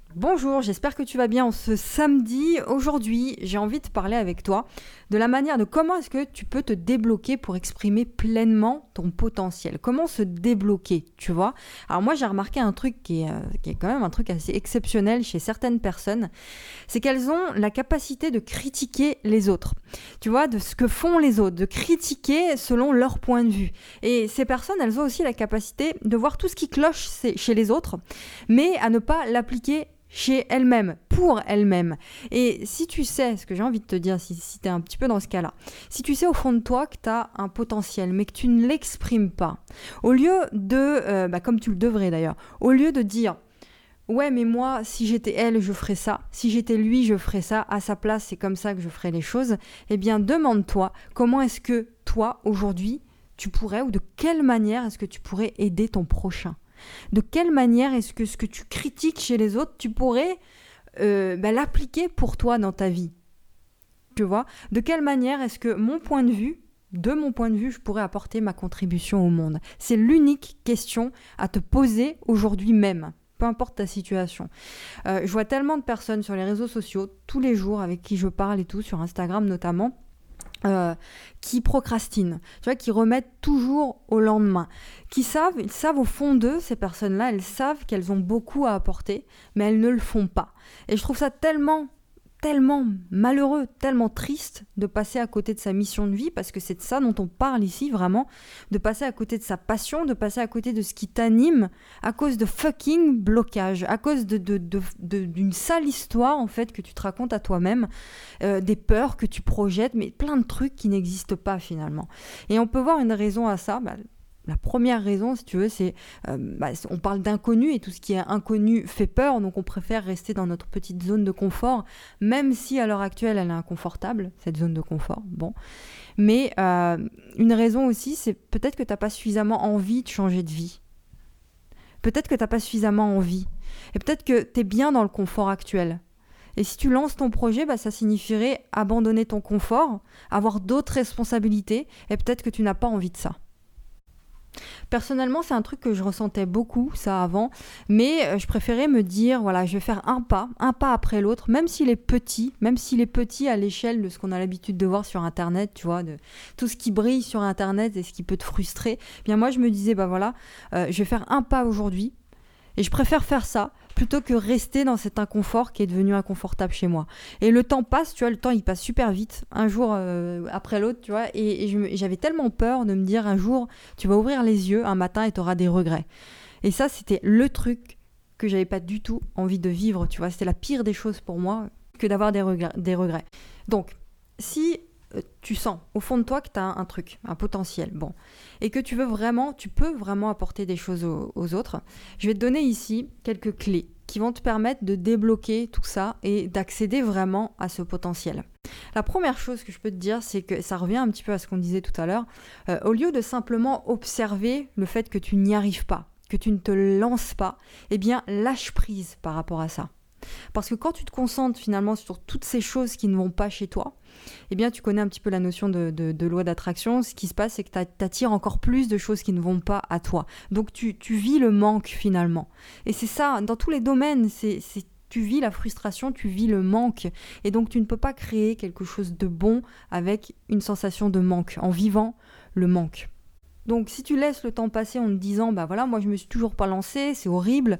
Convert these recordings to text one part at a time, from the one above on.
Bonjour, j'espère que tu vas bien en ce samedi. Aujourd'hui, j'ai envie de parler avec toi de la manière de comment est-ce que tu peux te débloquer pour exprimer pleinement ton potentiel. Comment se débloquer, tu vois? Alors moi, j'ai remarqué un truc qui est quand même un truc assez exceptionnel chez certaines personnes, c'est qu'elles ont la capacité de critiquer les autres. Tu vois, de ce que font les autres, de critiquer selon leur point de vue. Et ces personnes, elles ont aussi la capacité de voir tout ce qui cloche chez les autres, mais à ne pas l'appliquer chez elle-même, pour elle-même. Et si tu sais, ce que j'ai envie de te dire, si tu es un petit peu dans ce cas-là, si tu sais au fond de toi que tu as un potentiel, mais que tu ne l'exprimes pas, au lieu de, comme tu le devrais d'ailleurs, au lieu de dire, ouais, mais moi, si j'étais elle, je ferais ça, si j'étais lui, je ferais ça, à sa place, c'est comme ça que je ferais les choses, eh bien, demande-toi, comment est-ce que toi, aujourd'hui, tu pourrais, ou de quelle manière est-ce que tu pourrais aider ton prochain? De quelle manière est-ce que ce que tu critiques chez les autres, tu pourrais l'appliquer pour toi dans ta vie? Tu vois? De quelle manière est-ce que de mon point de vue, je pourrais apporter ma contribution au monde? C'est l'unique question à te poser aujourd'hui même. Peu importe ta situation. Je vois tellement de personnes sur les réseaux sociaux, tous les jours, avec qui je parle et tout, sur Instagram notamment, qui procrastinent, tu vois, qui remettent toujours au lendemain, ils savent au fond d'eux, ces personnes-là, elles savent qu'elles ont beaucoup à apporter, mais elles ne le font pas. Et je trouve ça tellement malheureux, tellement triste de passer à côté de sa mission de vie, parce que c'est de ça dont on parle ici, vraiment, de passer à côté de sa passion, de passer à côté de ce qui t'anime, à cause de fucking blocage, à cause d'une sale histoire, en fait, que tu te racontes à toi-même, des peurs que tu projettes, mais plein de trucs qui n'existent pas, finalement. Et on peut voir une raison à ça, la première raison, si tu veux, c'est on parle d'inconnu et tout ce qui est inconnu fait peur, donc on préfère rester dans notre petite zone de confort, même si à l'heure actuelle elle est inconfortable, cette zone de confort. Bon, mais une raison aussi, c'est peut-être que t'as pas suffisamment envie de changer de vie. Peut-être que t'as pas suffisamment envie, et peut-être que t'es bien dans le confort actuel. Et si tu lances ton projet, ça signifierait abandonner ton confort, avoir d'autres responsabilités, et peut-être que tu n'as pas envie de ça. Personnellement, c'est un truc que je ressentais beaucoup, ça, avant, mais je préférais me dire, voilà, je vais faire un pas après l'autre, même s'il est petit à l'échelle de ce qu'on a l'habitude de voir sur Internet, tu vois, de tout ce qui brille sur Internet et ce qui peut te frustrer. Eh bien, moi, je me disais, voilà, je vais faire un pas aujourd'hui, et je préfère faire ça plutôt que rester dans cet inconfort qui est devenu inconfortable chez moi. Et le temps passe, tu vois, le temps il passe super vite, un jour après l'autre, tu vois, et j'avais tellement peur de me dire un jour, tu vas ouvrir les yeux un matin et tu auras des regrets. Et ça, c'était le truc que j'avais pas du tout envie de vivre, tu vois, c'était la pire des choses pour moi que d'avoir des regrets. Donc, si tu sens au fond de toi que tu as un truc, un potentiel, bon, et que tu peux vraiment apporter des choses aux autres, je vais te donner ici quelques clés qui vont te permettre de débloquer tout ça et d'accéder vraiment à ce potentiel. La première chose que je peux te dire, c'est que ça revient un petit peu à ce qu'on disait tout à l'heure, au lieu de simplement observer le fait que tu n'y arrives pas, que tu ne te lances pas, eh bien lâche prise par rapport à ça. Parce que quand tu te concentres finalement sur toutes ces choses qui ne vont pas chez toi, eh bien tu connais un petit peu la notion de loi d'attraction. Ce qui se passe, c'est que tu attires encore plus de choses qui ne vont pas à toi. Donc tu vis le manque finalement. Et c'est ça, dans tous les domaines, tu vis la frustration, tu vis le manque. Et donc tu ne peux pas créer quelque chose de bon avec une sensation de manque, en vivant le manque. Donc si tu laisses le temps passer en te disant voilà, moi je me suis toujours pas lancée, c'est horrible,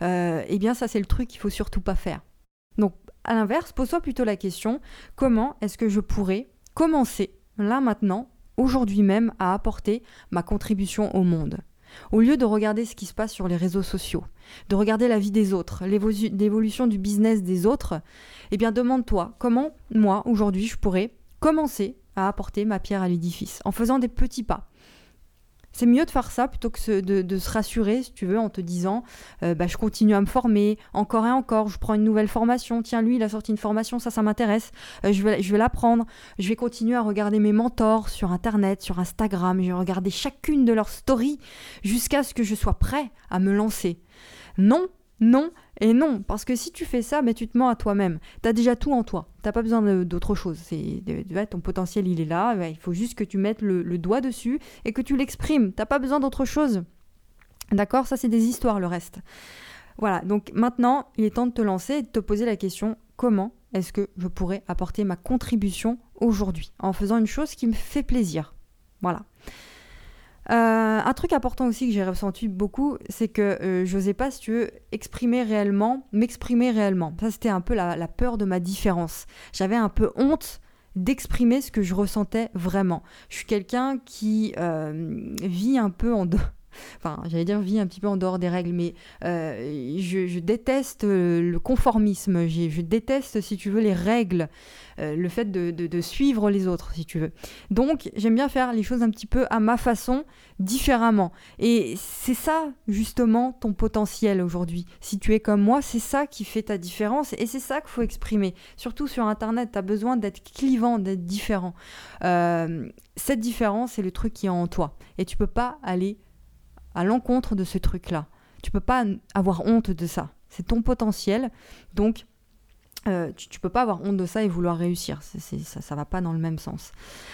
eh bien ça c'est le truc qu'il faut surtout pas faire. Donc à l'inverse, pose-toi plutôt la question, comment est-ce que je pourrais commencer là maintenant, aujourd'hui même, à apporter ma contribution au monde? Au lieu de regarder ce qui se passe sur les réseaux sociaux, de regarder la vie des autres, l'évolution du business des autres, eh bien demande-toi comment moi aujourd'hui je pourrais commencer à apporter ma pierre à l'édifice en faisant des petits pas. C'est mieux de faire ça plutôt que de se rassurer, si tu veux, en te disant je continue à me former, encore et encore, je prends une nouvelle formation, tiens, lui, il a sorti une formation, ça m'intéresse, je vais l'apprendre, je vais continuer à regarder mes mentors sur Internet, sur Instagram, je vais regarder chacune de leurs stories jusqu'à ce que je sois prêt à me lancer. Non, non et non, parce que si tu fais ça, tu te mens à toi-même. Tu as déjà tout en toi, tu n'as pas besoin d'autre chose. Ton potentiel, il est là, il faut juste que tu mettes le doigt dessus et que tu l'exprimes. Tu n'as pas besoin d'autre chose. D'accord? Ça, c'est des histoires, le reste. Voilà, donc maintenant, il est temps de te lancer et de te poser la question, comment est-ce que je pourrais apporter ma contribution aujourd'hui en faisant une chose qui me fait plaisir. Voilà. Un truc important aussi que j'ai ressenti beaucoup, c'est que j'osais pas, si tu veux, m'exprimer réellement. Ça, c'était un peu la peur de ma différence. J'avais un peu honte d'exprimer ce que je ressentais vraiment. Je suis quelqu'un qui vit un peu en dehors. Enfin, j'allais dire vit un petit peu en dehors des règles, mais je déteste le conformisme, je déteste, si tu veux, les règles, le fait de suivre les autres, si tu veux. Donc, j'aime bien faire les choses un petit peu à ma façon, différemment. Et c'est ça, justement, ton potentiel aujourd'hui. Si tu es comme moi, c'est ça qui fait ta différence et c'est ça qu'il faut exprimer. Surtout sur Internet, tu as besoin d'être clivant, d'être différent. Cette différence, c'est le truc qui est en toi. Et tu peux pas aller à l'encontre de ce truc-là. Tu peux pas avoir honte de ça. C'est ton potentiel. Donc, tu peux pas avoir honte de ça et vouloir réussir. Ça va pas dans le même sens.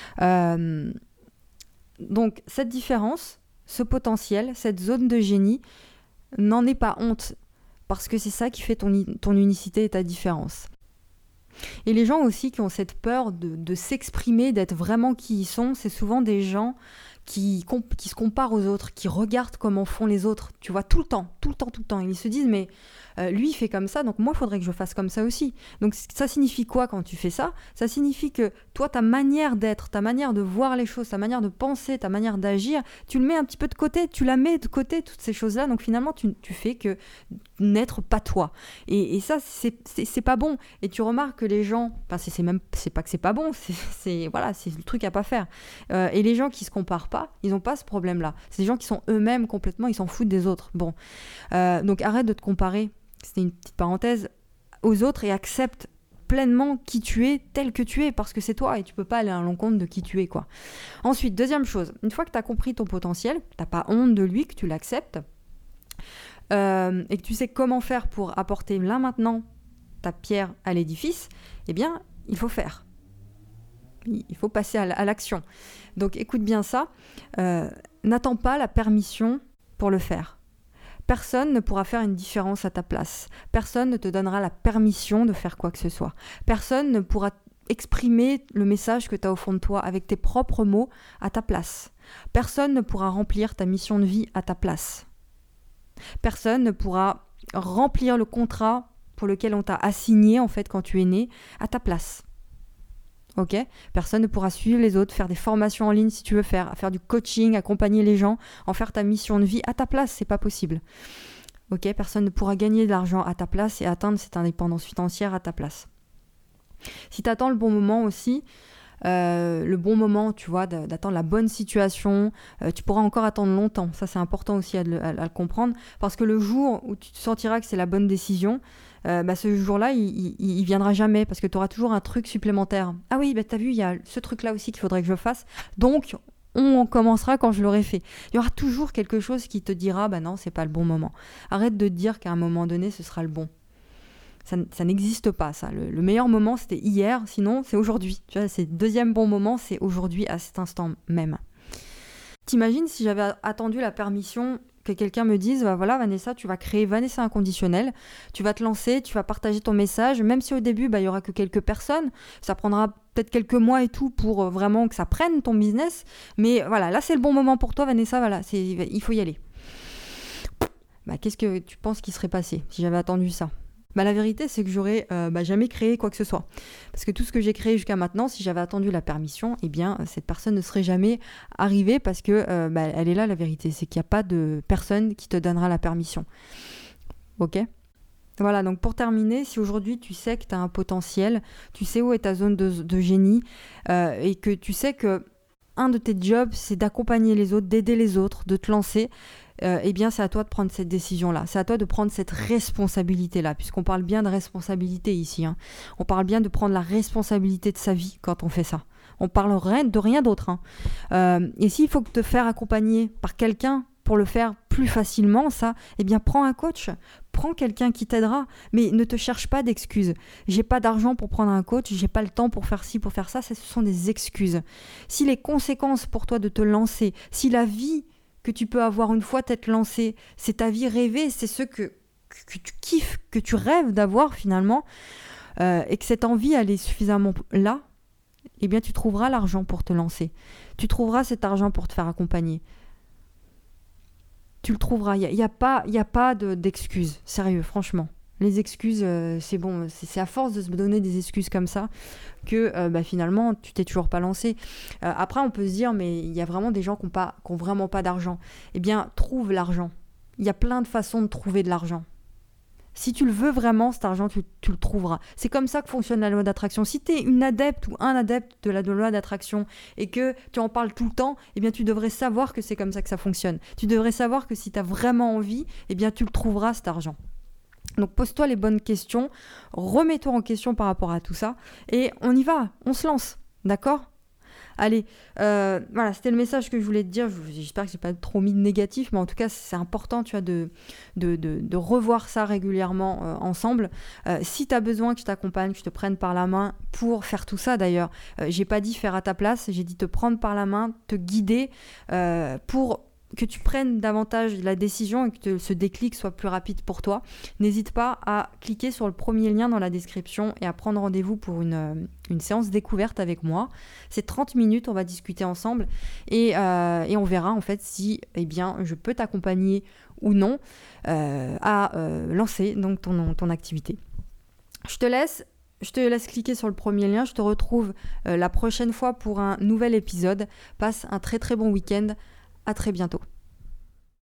Donc, cette différence, ce potentiel, cette zone de génie, n'en aie pas honte. Parce que c'est ça qui fait ton unicité et ta différence. Et les gens aussi qui ont cette peur de s'exprimer, d'être vraiment qui ils sont, c'est souvent des gens qui se comparent aux autres, qui regardent comment font les autres, tu vois, tout le temps. Ils se disent, mais lui, il fait comme ça, donc moi, il faudrait que je fasse comme ça aussi. Donc, ça signifie quoi quand tu fais ça ? Ça signifie que toi, ta manière d'être, ta manière de voir les choses, ta manière de penser, ta manière d'agir, tu le mets un petit peu de côté, tu la mets de côté, toutes ces choses-là. Donc, finalement, tu fais que n'être pas toi. Et ça, c'est pas bon. Et tu remarques que les gens, enfin, c'est pas que c'est pas bon, c'est le truc à pas faire. Et les gens qui se comparent pas, ils n'ont pas ce problème-là. C'est des gens qui sont eux-mêmes complètement, ils s'en foutent des autres. Bon, donc arrête de te comparer. C'était une petite parenthèse aux autres et accepte pleinement qui tu es, tel que tu es, parce que c'est toi et tu peux pas aller à l'encontre de qui tu es, quoi. Ensuite, deuxième chose, une fois que tu as compris ton potentiel, t'as pas honte de lui, que tu l'acceptes, et que tu sais comment faire pour apporter là maintenant ta pierre à l'édifice, eh bien, il faut faire. Il faut passer à l'action. Donc, écoute bien ça. N'attends pas la permission pour le faire. Personne ne pourra faire une différence à ta place. Personne ne te donnera la permission de faire quoi que ce soit. Personne ne pourra exprimer le message que tu as au fond de toi avec tes propres mots à ta place. Personne ne pourra remplir ta mission de vie à ta place. Personne ne pourra remplir le contrat pour lequel on t'a assigné en fait quand tu es né à ta place. Ok ? Personne ne pourra suivre les autres, faire des formations en ligne si tu veux faire du coaching, accompagner les gens, en faire ta mission de vie à ta place, c'est pas possible. Ok ? Personne ne pourra gagner de l'argent à ta place et atteindre cette indépendance financière à ta place. Si tu attends le bon moment aussi, le bon moment, tu vois, d'attendre la bonne situation, tu pourras encore attendre longtemps. Ça, c'est important aussi à le comprendre, parce que le jour où tu te sentiras que c'est la bonne décision, ce jour-là, il viendra jamais, parce que tu auras toujours un truc supplémentaire. Ah oui, t'as vu, il y a ce truc-là aussi qu'il faudrait que je fasse, donc on commencera quand je l'aurai fait. Il y aura toujours quelque chose qui te dira, non, c'est pas le bon moment. Arrête de te dire qu'à un moment donné, ce sera le bon. Ça n'existe pas, ça. Le meilleur moment, c'était hier, sinon, c'est aujourd'hui. Tu vois, c'est le deuxième bon moment, c'est aujourd'hui, à cet instant même. T'imagines si j'avais attendu la permission que quelqu'un me dise, voilà, Vanessa, tu vas créer Vanessa Inconditionnelle, tu vas te lancer, tu vas partager ton message, même si au début, il y aura que quelques personnes, ça prendra peut-être quelques mois et tout pour vraiment que ça prenne ton business, mais voilà, là, c'est le bon moment pour toi, Vanessa, voilà, il faut y aller. Qu'est-ce que tu penses qui serait passé si j'avais attendu ça ? La vérité, c'est que j'aurais jamais créé quoi que ce soit. Parce que tout ce que j'ai créé jusqu'à maintenant, si j'avais attendu la permission, eh bien, cette personne ne serait jamais arrivée parce que elle est là, la vérité. C'est qu'il n'y a pas de personne qui te donnera la permission. Ok ? Voilà, donc pour terminer, si aujourd'hui tu sais que tu as un potentiel, tu sais où est ta zone de génie et que tu sais que un de tes jobs, c'est d'accompagner les autres, d'aider les autres, de te lancer, eh bien c'est à toi de prendre cette décision-là, c'est à toi de prendre cette responsabilité-là, puisqu'on parle bien de responsabilité ici, hein. On parle bien de prendre la responsabilité de sa vie quand on fait ça. On parle de rien d'autre, hein. Et s'il faut te faire accompagner par quelqu'un pour le faire plus facilement, ça, eh bien prends un coach, prends quelqu'un qui t'aidera, mais ne te cherche pas d'excuses. J'ai pas d'argent pour prendre un coach, j'ai pas le temps pour faire ci, pour faire ça, ce sont des excuses. Si les conséquences pour toi de te lancer, si la vie que tu peux avoir une fois t'être lancé, c'est ta vie rêvée, c'est ce que que tu kiffes, que tu rêves d'avoir finalement, et que cette envie, elle est suffisamment là, eh bien tu trouveras l'argent pour te lancer. Tu trouveras cet argent pour te faire accompagner. Tu le trouveras. Il y a pas d'excuses. Sérieux, franchement. Les excuses, c'est bon. C'est à force de se donner des excuses comme ça que finalement, tu t'es toujours pas lancé. Après, on peut se dire, mais il y a vraiment des gens qui ont vraiment pas d'argent. Eh bien, trouve l'argent. Il y a plein de façons de trouver de l'argent. Si tu le veux vraiment, cet argent, tu le trouveras. C'est comme ça que fonctionne la loi d'attraction. Si tu es une adepte ou un adepte de la loi d'attraction et que tu en parles tout le temps, eh bien, tu devrais savoir que c'est comme ça que ça fonctionne. Tu devrais savoir que si tu as vraiment envie, eh bien, tu le trouveras, cet argent. Donc, pose-toi les bonnes questions, remets-toi en question par rapport à tout ça et on y va, on se lance, d'accord ? Allez, voilà, c'était le message que je voulais te dire. J'espère que j'ai pas trop mis de négatif, mais en tout cas, c'est important, tu vois, de revoir ça régulièrement ensemble. Si tu as besoin que je t'accompagne, que je te prenne par la main pour faire tout ça, d'ailleurs, j'ai pas dit faire à ta place, j'ai dit te prendre par la main, te guider pour que tu prennes davantage la décision et que ce déclic soit plus rapide pour toi. N'hésite pas à cliquer sur le premier lien dans la description et à prendre rendez-vous pour une séance découverte avec moi. C'est 30 minutes, on va discuter ensemble et on verra en fait si je peux t'accompagner ou non à lancer donc ton activité. Je te laisse cliquer sur le premier lien. Je te retrouve la prochaine fois pour un nouvel épisode. Passe un très très bon week-end. À très bientôt.